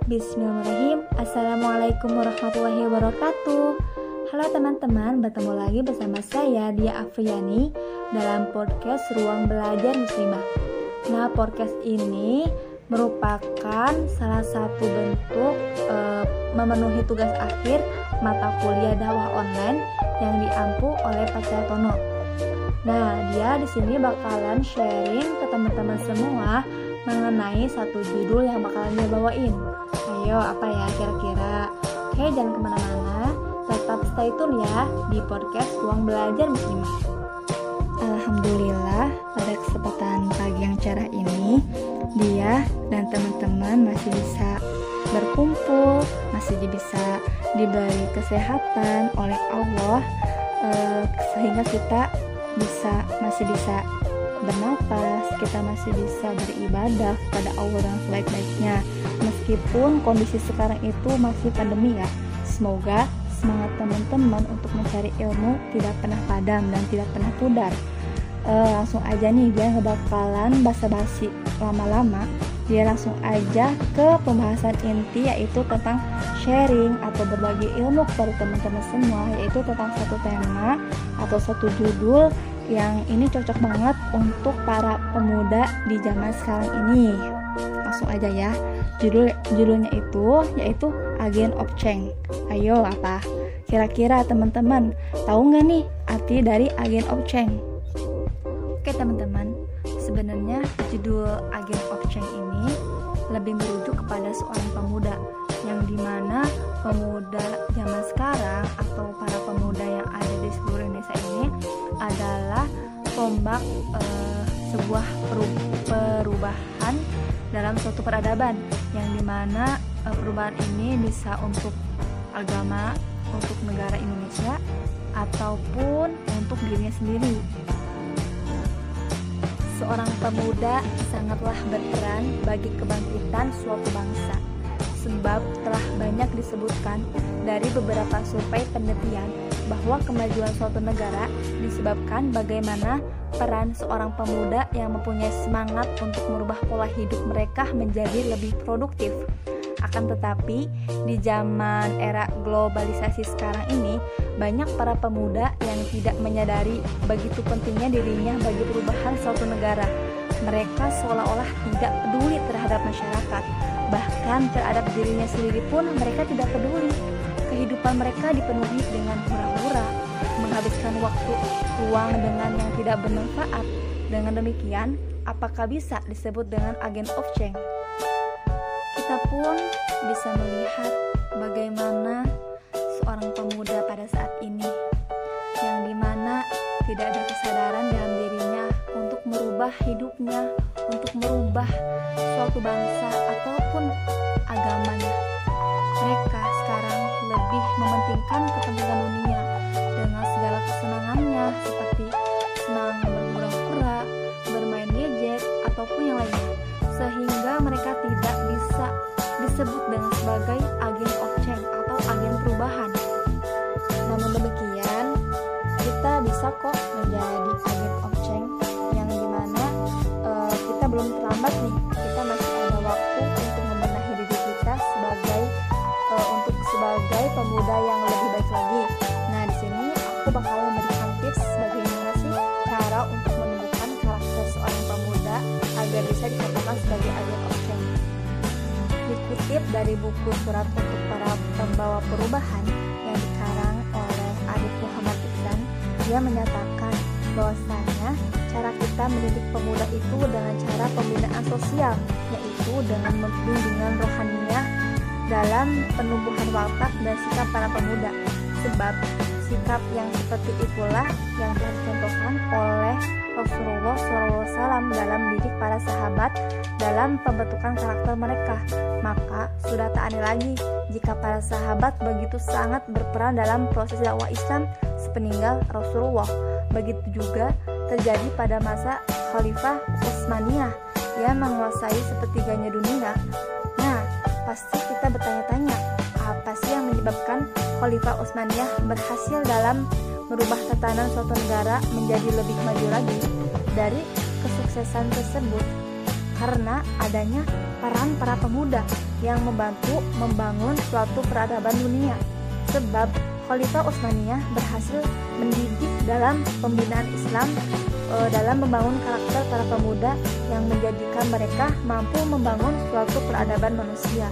Bismillahirrahmanirrahim. Assalamualaikum warahmatullahi wabarakatuh. Halo teman-teman, bertemu lagi bersama saya Dia Afriani dalam podcast Ruang Belajar Muslimah. Nah, podcast ini merupakan salah satu bentuk memenuhi tugas akhir mata kuliah dakwah online yang diampu oleh Pak Tono. Nah, dia di sini bakalan sharing ke teman-teman semua mengenai satu judul yang bakalan dia bawain. Ayo, apa ya kira-kira? Oke, jangan kemana-mana, tetap stay tune ya di podcast Ruang Belajar Muslimah. Alhamdulillah, pada kesempatan pagi yang cerah ini, dia dan teman-teman masih bisa berkumpul, masih bisa diberi kesehatan oleh Allah, sehingga kita masih bisa bernapas, kita masih bisa beribadah kepada Allah dengan sebaik-baiknya. Meskipun kondisi sekarang itu masih pandemi ya, semoga semangat teman-teman untuk mencari ilmu tidak pernah padam dan tidak pernah pudar. Langsung aja nih, dia gak bakalan basa-basi lama-lama, dia langsung aja ke pembahasan inti, yaitu tentang sharing atau berbagi ilmu kepada teman-teman semua, yaitu tentang satu tema atau satu judul yang ini cocok banget untuk para pemuda di zaman sekarang ini. Langsung aja ya, judulnya yaitu Agent of Change. Ayo, apa kira-kira teman-teman tahu nggak nih arti dari Agent of Change? Oke teman-teman, sebenarnya judul Agent of Change ini lebih merujuk kepada seorang pemuda, yang dimana pemuda zaman sekarang atau para pemuda yang ada di seluruh Indonesia ini adalah tombak sebuah perubahan dalam suatu peradaban, yang dimana perubahan ini bisa untuk agama, untuk negara Indonesia, ataupun untuk dirinya sendiri. Seorang pemuda sangatlah berperan bagi kebangkitan suatu bangsa, sebab telah banyak disebutkan dari beberapa survei penelitian bahwa kemajuan suatu negara disebabkan bagaimana peran seorang pemuda yang mempunyai semangat untuk merubah pola hidup mereka menjadi lebih produktif. Akan tetapi, di zaman era globalisasi sekarang ini, banyak para pemuda yang tidak menyadari begitu pentingnya dirinya bagi perubahan suatu negara. Mereka seolah-olah tidak peduli terhadap masyarakat, bahkan terhadap dirinya sendiri pun mereka tidak peduli. Kehidupan mereka dipenuhi dengan hura-hura, menghabiskan waktu luang dengan yang tidak bermanfaat. Dengan demikian, apakah bisa disebut dengan agent of change? Kita pun bisa melihat bagaimana seorang pemuda pada saat ini, yang dimana tidak ada kesadaran dalam dirinya untuk merubah hidupnya, untuk merubah suatu bangsa ataupun agamanya. Mereka sekarang lebih mementingkan kepentingan dunia dengan segala kesenangannya, seperti senang berpura-pura, bermain gadget, ataupun yang lainnya, sehingga mereka tidak bisa disebut dengan sebagai agen of change atau agen perubahan. Namun demikian, kita bisa kok menjadi agen of change, yang dimana kita belum terlambat nih, kita masih ada waktu untuk membenahi diri kita sebagai pemuda yang lebih baik lagi. Nah, di sini aku bakal memberikan tips bagaimana sih cara untuk menumbuhkan karakter seorang pemuda agar bisa dikatakan sebagai agen of change. Dikutip dari buku Surat untuk Para Pembawa Perubahan yang dikarang oleh Arif Muhammad Iksan, dia menyatakan bahwasanya cara kita mendidik pemuda itu dengan cara pembinaan sosial, yaitu dengan bimbingan rohaniah dalam penumbuhan watak dan sikap para pemuda. Sebab sikap yang seperti itulah yang telah dicontohkan oleh Rasulullah SAW dalam mendidik para sahabat dalam pembentukan karakter mereka. Maka sudah tak aneh lagi jika para sahabat begitu sangat berperan dalam proses dakwah Islam sepeninggal Rasulullah. Begitu juga terjadi pada masa Khalifah Utsmaniyah yang menguasai sepertiganya dunia. Nah, pasti kita bertanya-tanya, apa sih yang menyebabkan Khalifah Utsmaniyah berhasil dalam merubah tatanan suatu negara menjadi lebih maju lagi? Dari kesuksesan tersebut karena adanya peran para pemuda yang membantu membangun suatu peradaban dunia. Sebab Khalifah Utsmaniyah berhasil mendidik dalam pembinaan Islam dalam membangun karakter para pemuda yang menjadikan mereka mampu membangun suatu peradaban manusia.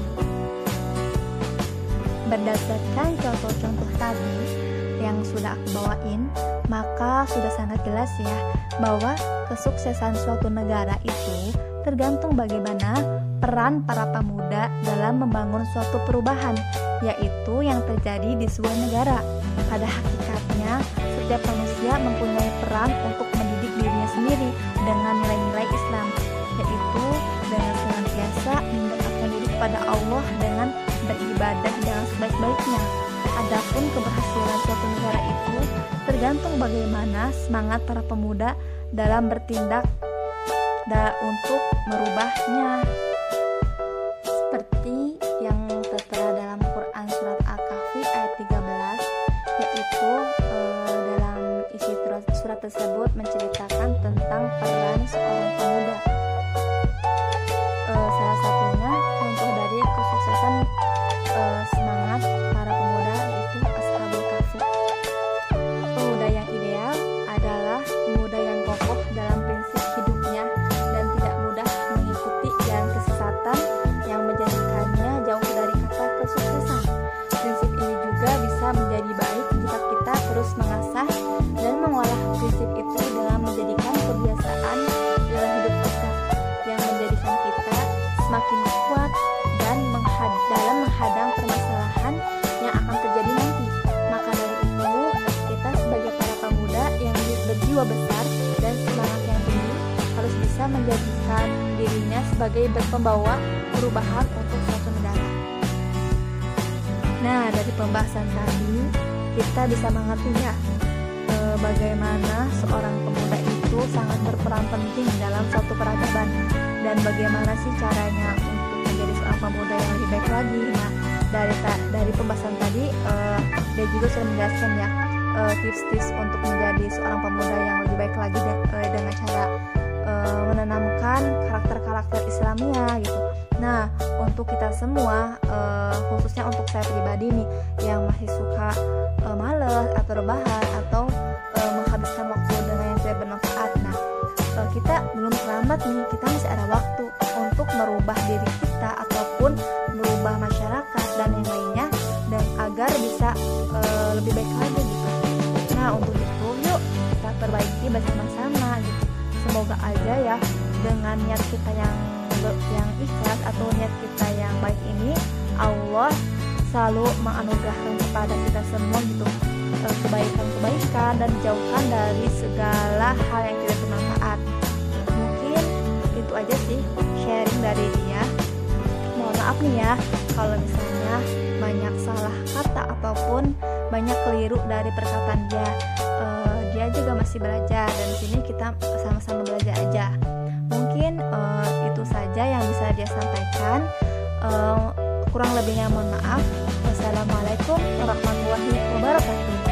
Berdasarkan contoh-contoh tadi yang sudah aku bawain, maka sudah sangat jelas ya bahwa kesuksesan suatu negara itu tergantung bagaimana peran para pemuda dalam membangun suatu perubahan, yaitu yang terjadi di sebuah negara. Pada hakikatnya, setiap manusia mempunyai peran untuk mendidik dirinya sendiri dengan nilai-nilai Islam, yaitu dengan senantiasa mendekatkan diri kepada Allah dengan beribadah dengan sebaik-baiknya. Adapun keberhasilan suatu negara itu tergantung bagaimana semangat para pemuda dalam bertindak untuk merubahnya. Seperti yang tertera dalam Quran surat Al-Kahfi ayat 13, yaitu dalam isi surat tersebut menceritakan tentang peran seorang pemuda. Salah satunya contoh dari kesuksesan semangat para pemuda yaitu Ashabul Kahfi. Pemuda yang ideal adalah pemuda yang kokoh dalam prinsip hidupnya dan tidak mudah mengikuti jalan kesesatan yang menjadikannya jauh dari kata kesuksesan. Prinsip ini juga bisa menjadi baik jika kita terus mengasah dan mengolah prinsip itu dengan menjadikan kebiasaan dalam hidup kita yang menjadikan kita semakin kuat dan dalam menghadang permasalahan yang akan terjadi nanti. Maka dari itu, kita sebagai para pemuda yang berjiwa besar dan semangat yang tinggi harus bisa menjadikan dirinya sebagai pembawa perubahan untuk suatu negara. Nah, dari pembahasan tadi kita bisa mengerti ya bagaimana seorang pemuda itu sangat berperan penting dalam suatu peradaban dan bagaimana sih caranya untuk menjadi seorang pemuda yang lebih baik lagi. Nah, dari pembahasan tadi dia juga sudah menjelaskan ya tips-tips untuk menjadi seorang pemuda yang lebih baik lagi dengan cara menanamkan karakter-karakter Islamia gitu. Nah, untuk kita semua, khususnya untuk saya pribadi nih yang masih suka malas atau rebahan atau menghabiskan waktu dengan yang tidak bermanfaat. Nah, kita belum terlambat nih, kita masih ada waktu untuk merubah diri kita ataupun merubah masyarakat dan yang lainnya dan agar bisa lebih baik lagi gitu. Nah, untuk itu yuk kita perbaiki bersama-sama gitu. Semoga aja ya dengan niat kita yang ikhlas atau niat kita yang baik ini, Allah selalu menganugerahkan kepada kita semua gitu kebaikan-kebaikan dan dijauhkan dari segala hal yang tidak bermanfaat. Mungkin itu aja sih sharing dari dia. Mohon maaf nih ya kalau misalnya banyak salah kata ataupun banyak keliru dari perkataan dia. Dia juga masih belajar dan di sini kita sama-sama belajar aja. Mungkin itu saja yang bisa dia sampaikan. Kurang lebihnya mohon maaf. Wassalamualaikum warahmatullahi wabarakatuh.